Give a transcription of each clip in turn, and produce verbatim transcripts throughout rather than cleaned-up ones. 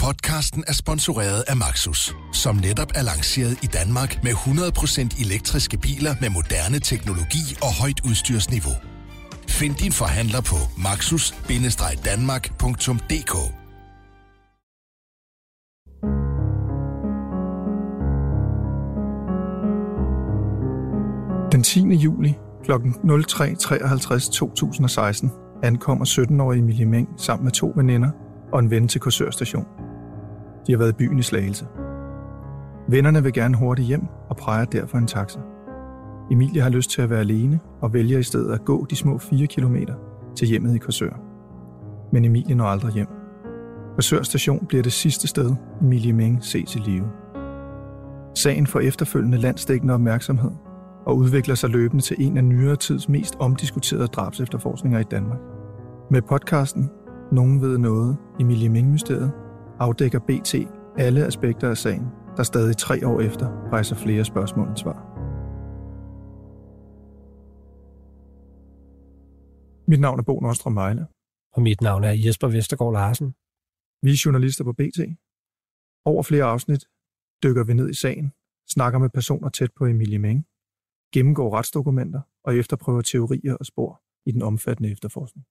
Podcasten er sponsoreret af Maxus, som netop er lanceret i Danmark med hundrede procent elektriske biler med moderne teknologi og højt udstyrsniveau. Find din forhandler på maxus bindestreg danmark punktum d k. Den tiende juli klokken tre treoghalvtreds to tusind og seksten ankommer sytten-årige Emilie Meng sammen med to veninder og en ven til Korsør Station. De har været i byen i Slagelse. Vennerne vil gerne hurtigt hjem og præger derfor en taxa. Emilie har lyst til at være alene og vælger i stedet at gå de små fire kilometer til hjemmet i Korsør. Men Emilie når aldrig hjem. Korsør Station bliver det sidste sted, Emilie Meng ses i live. Sagen får efterfølgende landsdækkende opmærksomhed og udvikler sig løbende til en af nyere tids mest omdiskuterede drabsefterforskninger i Danmark. Med podcasten Nogen ved noget, Emilie Meng-mysteriet, afdækker B T alle aspekter af sagen, der stadig tre år efter rejser flere spørgsmål end svar. Mit navn er Bo Nordstrøm Vejle. Og mit navn er Jesper Vestergaard Larsen. Vi er journalister på B T. Over flere afsnit dykker vi ned i sagen, snakker med personer tæt på Emilie Meng, gennemgår retsdokumenter og efterprøver teorier og spor i den omfattende efterforskning.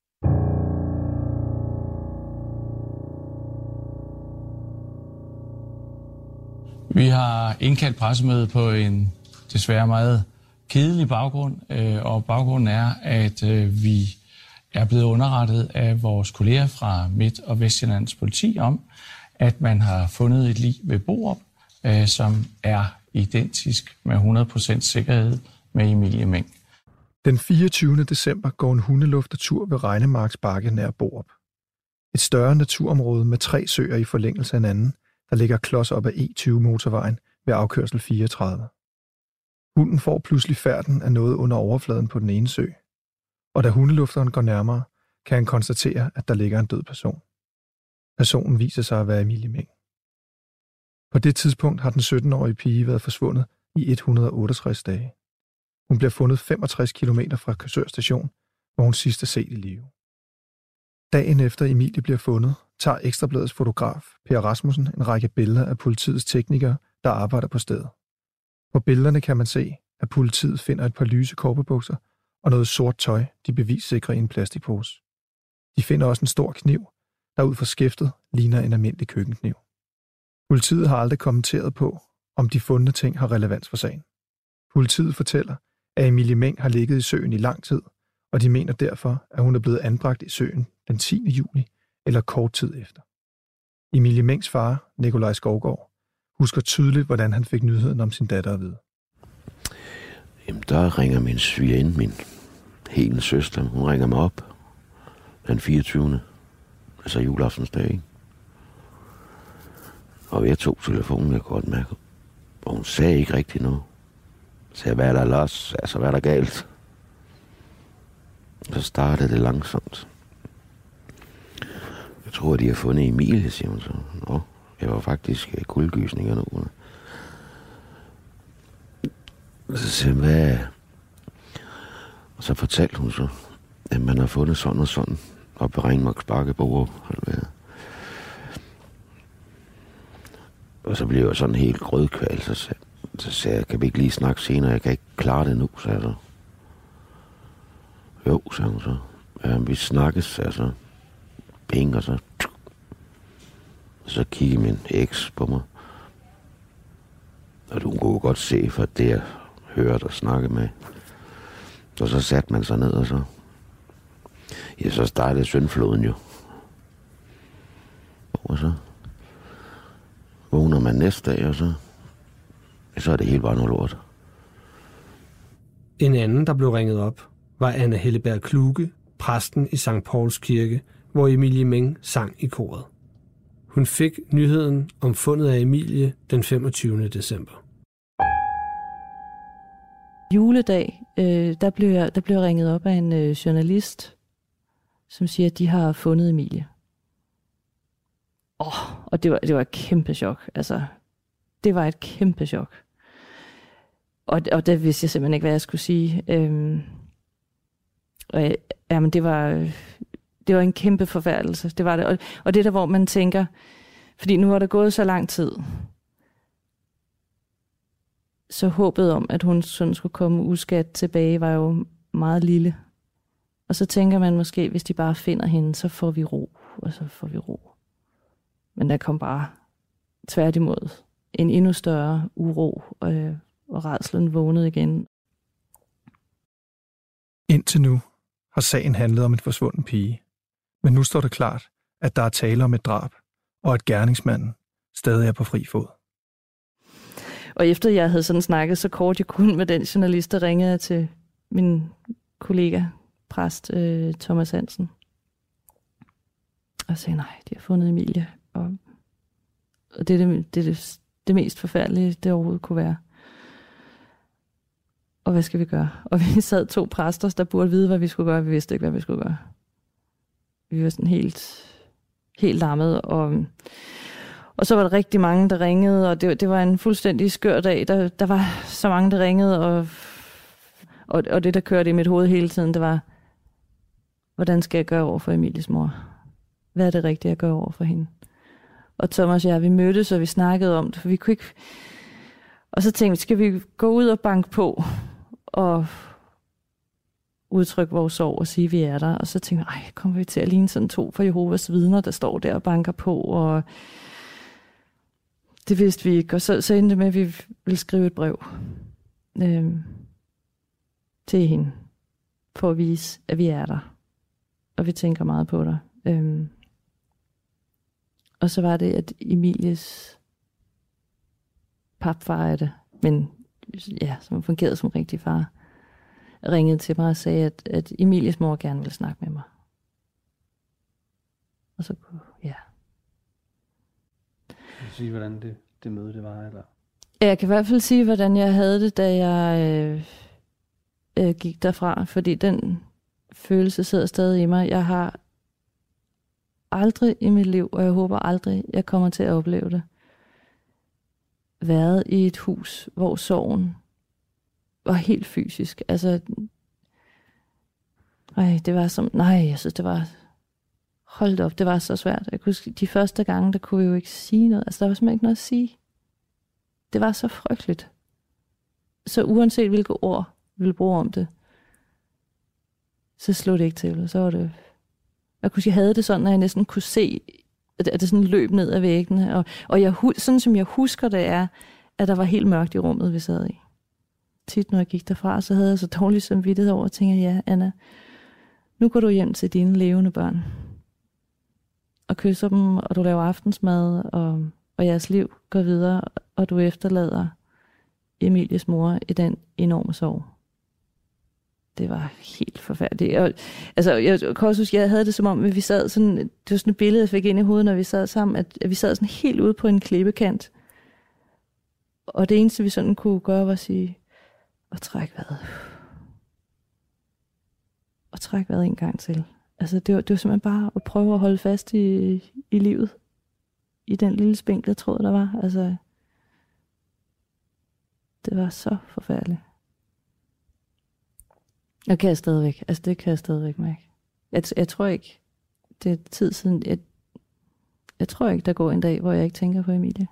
Vi har indkaldt pressemøde på en desværre meget kedelig baggrund, og baggrunden er, at vi er blevet underrettet af vores kolleger fra Midt- og Vestjyllands politi om, at man har fundet et lig ved Borup, som er identisk med hundrede procent sikkerhed med Emilie Meng. Den fireogtyvende december går en hundeluftertur ved Regnemarks Bakke nær Borup. Et større naturområde med tre søer i forlængelse af hinanden, der ligger klods op ad E tyve motorvejen ved afkørsel fireogtredive. Hunden får pludselig færden af noget under overfladen på den ene sø, og da hundelufteren går nærmere, kan han konstatere, at der ligger en død person. Personen viser sig at være Emilie Meng. På det tidspunkt har den sytten-årige pige været forsvundet i et hundrede og otteogtres dage. Hun bliver fundet femogtres kilometer fra Korsør Station, hvor hun sidst er set i live. Dagen efter Emilie bliver fundet, tager Ekstrabladets fotograf, Per Rasmussen, en række billeder af politiets teknikere, der arbejder på stedet. På billederne kan man se, at politiet finder et par lyse korpebukser og noget sort tøj, de bevissikrer i en plastikpose. De finder også en stor kniv, der ud fra skæftet ligner en almindelig køkkenkniv. Politiet har aldrig kommenteret på, om de fundne ting har relevans for sagen. Politiet fortæller, at Emilie Meng har ligget i søen i lang tid, og de mener derfor, at hun er blevet anbragt i søen den tiende juli eller kort tid efter. Emilie Mengs far, Nikolaj Skovgaard, husker tydeligt, hvordan han fik nyheden om sin datter at vide. Jamen, der ringer min svigerinde, min hele søster. Hun ringer mig op den fireogtyvende Altså juleaftensdag, ikke? Og jeg tog telefonen, jeg godt mærke. Og hun sagde ikke rigtig noget. Så sagde, hvad er der los? Altså, hvad er der galt? Så startede det langsomt. Jeg tror, at de har fundet Emilie, siger hun så. Nå, jeg var faktisk i kuldegysninger nu. Så sagde hun, hvad? Og så fortalte hun så, at man har fundet sådan og sådan, op ved Regnemarks Bakke på Borup. Og så blev jeg sådan helt grødkval, så sagde, så sagde jeg, kan vi ikke lige snakke senere, jeg kan ikke klare det nu, sagde jeg så. Jo, sagde hun så. Ja, vi snakkes, altså. Penge, og så... Og så kiggede min eks på mig. Og du kunne godt se, for det jeg hørte og snakkede med. Og så satte man sig ned, og så... Ja, så startede syndfloden jo. Og så... vågner man næste dag, og så... Så er det helt bare noget lort. En anden, der blev ringet op, var Anna Helleberg Kluge, præsten i Sankt Pauls Kirke, hvor Emilie Meng sang i koret. Hun fik nyheden om fundet af Emilie den femogtyvende december. Juledag, øh, der, blev jeg, der blev jeg ringet op af en øh, journalist, som siger, at de har fundet Emilie. Åh, oh, og det var, det var et kæmpe chok. Altså, det var et kæmpe chok. Og, og der vidste jeg simpelthen ikke, hvad jeg skulle sige. Øhm, og jamen, det var, det var en kæmpe forfærdelse. Det var det. Og, og det der, hvor man tænker, Fordi nu var der gået så lang tid. Så håbet om, at hun sådan skulle komme uskadt tilbage, var jo meget lille. Og så tænker man måske, hvis de bare finder hende, så får vi ro, og så får vi ro. Men der kom bare tværtimod en endnu større uro, øh, og rædslen vågnede igen. Indtil nu har sagen handlet om en forsvunden pige. Men nu står det klart, at der er tale om et drab, og at gerningsmanden stadig er på fri fod. Og efter jeg havde sådan snakket så kort, jeg kunne med den journalist, der ringede til min kollega, præst øh, Thomas Hansen. Og sagde, nej, de har fundet Emilie. Og, og det er det, det, er det, det mest forfærdelige, det overhovedet kunne være. Og hvad skal vi gøre? Og vi sad to præster, der burde vide, hvad vi skulle gøre. Vi vidste ikke, hvad vi skulle gøre. Vi var sådan helt, helt lammet. Og, og så var der rigtig mange, der ringede, og det, det var en fuldstændig skør dag. Der, der var så mange, der ringede, og, og, og det, der kørte i mit hoved hele tiden, det var, hvordan skal jeg gøre over for Emilies mor? Hvad er det rigtige at gøre over for hende? Og Thomas og jeg, vi mødtes, og vi snakkede om det, for vi kunne ikke... Og så tænkte vi, skal vi gå ud og banke på, og udtrykke vores sorg og sige, at vi er der. Og så tænkte jeg, ej, kommer vi til at ligne sådan to fra Jehovas vidner, der står der og banker på, og det vidste vi ikke. Og så, så endte det med, at vi ville skrive et brev øh, til hende, for at vise, at vi er der. Og vi tænker meget på dig. Øh, og så var det, at Emilies papfar er det, men ja, som fungerede som rigtig far, ringede til mig og sagde, at, at Emilies mor gerne ville snakke med mig. Og så, ja. Kan du sige, hvordan det, det møde det var? Eller? Jeg kan i hvert fald sige, hvordan jeg havde det, da jeg øh, øh, gik derfra, fordi den følelse sidder stadig i mig. Jeg har aldrig i mit liv, og jeg håber aldrig, jeg kommer til at opleve det, været i et hus, hvor sorgen var helt fysisk. Altså, ej, det var som, nej, jeg synes, det var, hold op, det var så svært. Jeg kunne huske, de første gange, der kunne vi jo ikke sige noget. Altså, der var simpelthen ikke noget at sige. Det var så frygteligt. Så uanset hvilke ord vi ville bruge om det, så slog det ikke til. Så var det, jeg kunne sige, jeg havde det sådan, at jeg næsten kunne se, at det sådan løb ned ad væggene. Og, og jeg, sådan som jeg husker det er, at der var helt mørkt i rummet, vi sad i. Tit når jeg gik derfra, så havde jeg så dårligt samvittighed over, og tænkte, ja, Anna, nu går du hjem til dine levende børn. Og kysser dem, og du laver aftensmad, og, og jeres liv går videre, og du efterlader Emilies mor i den enorme sorg. Det var helt forfærdeligt. Og, altså, jeg kan også huske, jeg havde det som om, at vi sad sådan, det var sådan et billede, jeg fik ind i hovedet, når vi sad sammen, at, at vi sad sådan helt ude på en klippekant. Og det eneste, vi sådan kunne gøre, var at sige, og træk vejret. Og træk vejret en gang til. Altså, det var, det var simpelthen bare at prøve at holde fast i, i livet. I den lille spinkle tråd, der var. Altså, det var så forfærdeligt. Og kan jeg stadigvæk. Altså, det kan jeg stadigvæk mærke. Jeg, jeg tror ikke, det er tid siden, jeg, jeg tror ikke, der går en dag, hvor jeg ikke tænker på Emilie.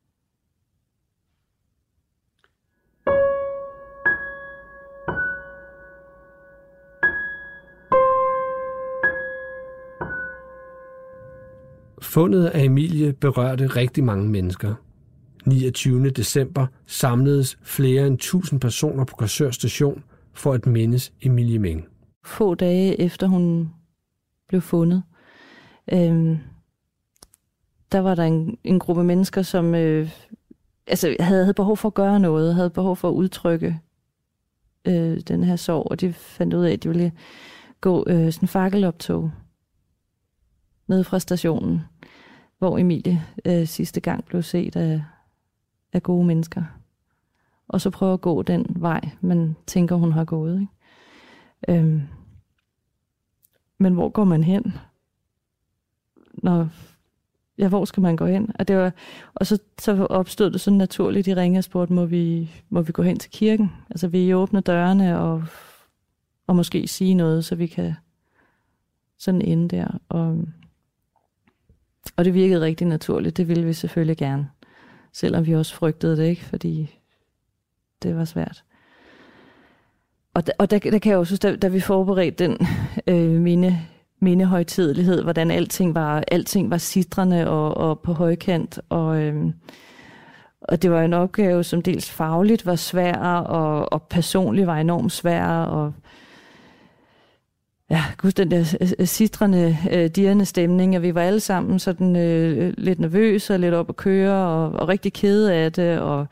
Fundet af Emilie berørte rigtig mange mennesker. niogtyvende december samledes flere end tusind personer på Korsør Station for at mindes Emilie Meng. Få dage efter hun blev fundet, øh, der var der en, en gruppe mennesker, som øh, altså, havde, havde behov for at gøre noget, havde behov for at udtrykke øh, den her sorg, og de fandt ud af, at de ville gå øh, sådan en fakkeloptog ned fra stationen, hvor Emilie øh, sidste gang blev set af, af gode mennesker. Og så prøve at gå den vej, man tænker, hun har gået. Ikke? Øhm. Men hvor går man hen? Når, ja, hvor skal man gå hen? Og, det var, og så, så opstod det sådan naturligt, de ringede og spurgte, må vi, må vi gå hen til kirken? Altså vi åbner dørene og, og måske sige noget, så vi kan sådan ende der. Og Og det virkede rigtig naturligt. Det ville vi selvfølgelig gerne. Selvom vi også frygtede det, ikke? Fordi det var svært. Og, der, og der, der kan jeg også huske, da, da vi forberedte den øh, minde, mindehøjtidelighed, hvordan alting var, alting var sitrende og, og på højkant. Og, øh, og det var en opgave, som dels fagligt var svær, og, og personligt var enormt svær. Og ja, gud, den der sitrende, øh, dirrende stemning, og vi var alle sammen sådan øh, lidt nervøse og lidt op at køre, og, og rigtig kede af det, og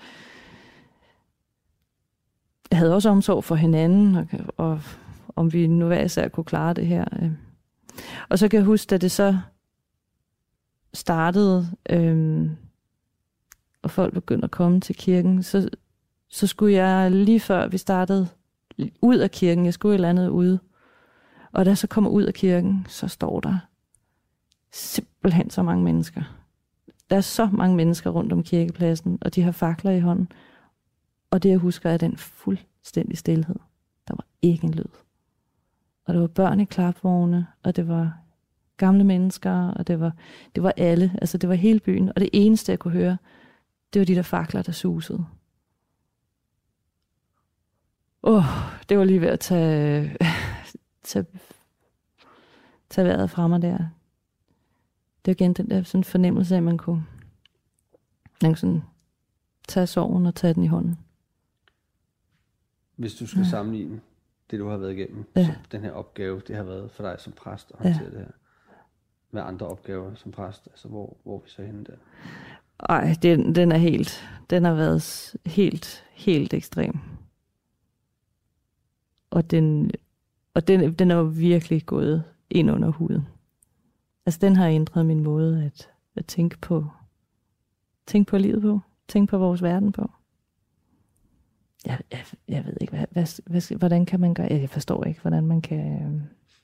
jeg havde også omsorg for hinanden, og, og om vi nu hver især kunne klare det her. Og så kan jeg huske, da det så startede, øh, og folk begyndte at komme til kirken, så, så skulle jeg lige før vi startede ud af kirken, jeg skulle et eller andet ude, og da jeg så kommer ud af kirken, så står der simpelthen så mange mennesker. Der er så mange mennesker rundt om kirkepladsen, og de har fakler i hånden. Og det, jeg husker, er den fuldstændig stilhed. Der var ikke en lyd. Og der var børn i klapvogne, og det var gamle mennesker, og det var, det var alle. Altså, det var hele byen. Og det eneste, jeg kunne høre, det var de der fakler, der susede. Åh, oh, det var lige ved at tage... tage, tage vejret fra mig der. Det var igen den der sådan fornemmelse af, at man kunne, man kunne sådan tage sorgen og tage den i hånden. Hvis du skal ja. sammenligne det, du har været igennem, ja. så den her opgave, det har været for dig som præst at håndtere ja. det her, med andre opgaver som præst, altså hvor, hvor vi så henne der? Ej, den, den er helt, den har været helt, helt ekstrem. Og den, og den, den er jo virkelig gået ind under huden. Altså, den har ændret min måde at, at tænke på, tænke på livet på, tænke på vores verden på. Jeg, jeg, jeg ved ikke, hvad, hvad, hvad, hvordan kan man gøre, jeg forstår ikke, hvordan man kan, øh...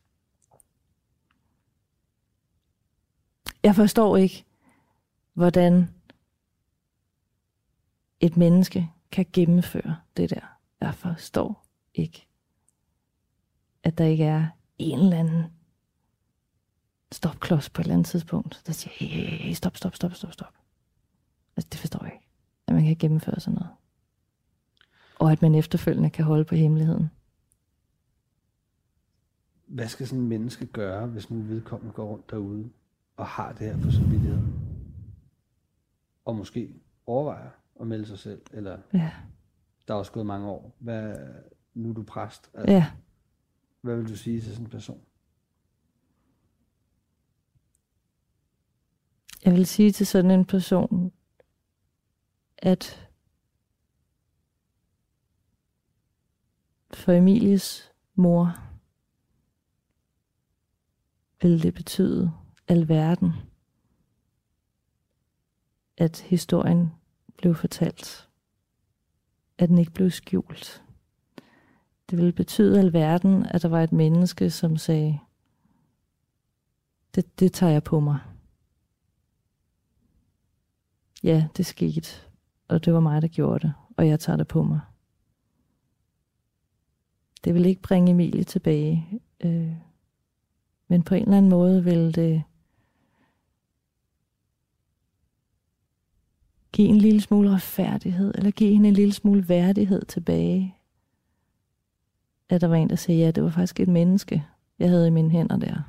jeg forstår ikke, hvordan et menneske kan gennemføre det der. Jeg forstår ikke, at der ikke er en eller anden stopklods på et eller andet tidspunkt, der siger, hey, hey, hey, stop, stop, stop, stop, stop. Altså, det forstår jeg ikke, at man kan gennemføre sådan noget. Og at man efterfølgende kan holde på hemmeligheden. Hvad skal sådan en menneske gøre, hvis nu vedkommende går rundt derude og har det her på samvittigheden? Og måske overvejer at melde sig selv, eller ja. Der er også gået mange år. Hvad, nu er du præst. Altså, ja. Hvad vil du sige til sådan en person? Jeg vil sige til sådan en person, at for Emilies mor ville det betyde alverden, at historien blev fortalt, at den ikke blev skjult. Det ville betyde alverden, at der var et menneske, som sagde, det, det tager jeg på mig. Ja, det skete, og det var mig, der gjorde det, og jeg tager det på mig. Det vil ikke bringe Emilie tilbage, øh, men på en eller anden måde vil det give en lille smule retfærdighed, eller give hende en lille smule værdighed tilbage. At der var en, der sagde, ja, det var faktisk et menneske, jeg havde i mine hænder der.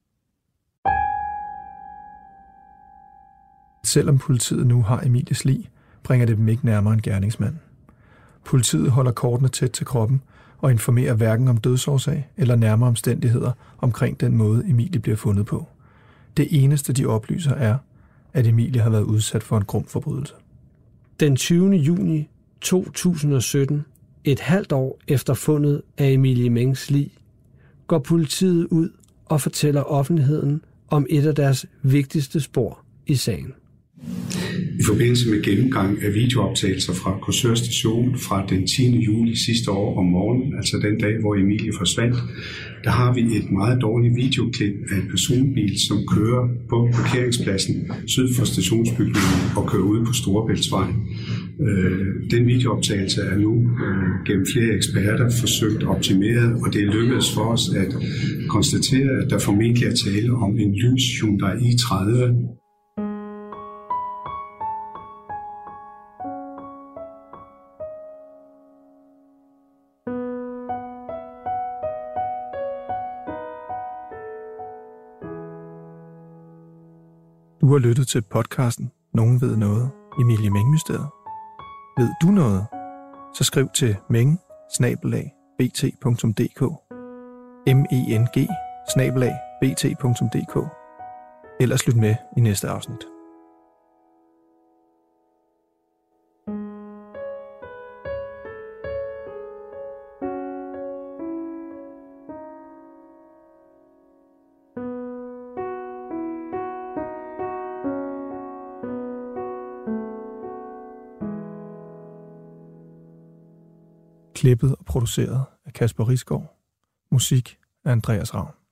Selvom politiet nu har Emilies lig, bringer det dem ikke nærmere en gerningsmand. Politiet holder kortene tæt til kroppen og informerer hverken om dødsårsag eller nærmere omstændigheder omkring den måde, Emilie bliver fundet på. Det eneste, de oplyser, er, at Emilie har været udsat for en grum forbrydelse. Den tyvende juni to tusind og sytten, et halvt år efter fundet af Emilie Mengs lig, går politiet ud og fortæller offentligheden om et af deres vigtigste spor i sagen. I forbindelse med gennemgang af videooptagelser fra Korsør Station fra den tiende juli sidste år om morgenen, altså den dag, hvor Emilie forsvandt, der har vi et meget dårligt videoklip af en personbil, som kører på parkeringspladsen syd for stationsbygningen og kører ud på Storebæltsvej. Den videooptagelse er nu gennem flere eksperter forsøgt optimeret, og det er lykkedes for os at konstatere, at der formentlig er tale om en lys Hyundai i tredive. Du har lyttet til podcasten Nogen ved noget, Emilie Meng-mysteriet. Ved du noget? Så skriv til meng bindestreg b t punktum d k m e n g bindestreg b t punktum d k. Ellers lyt med i næste afsnit. Klippet og produceret af Kasper Risgaard. Musik af Andreas Ravn.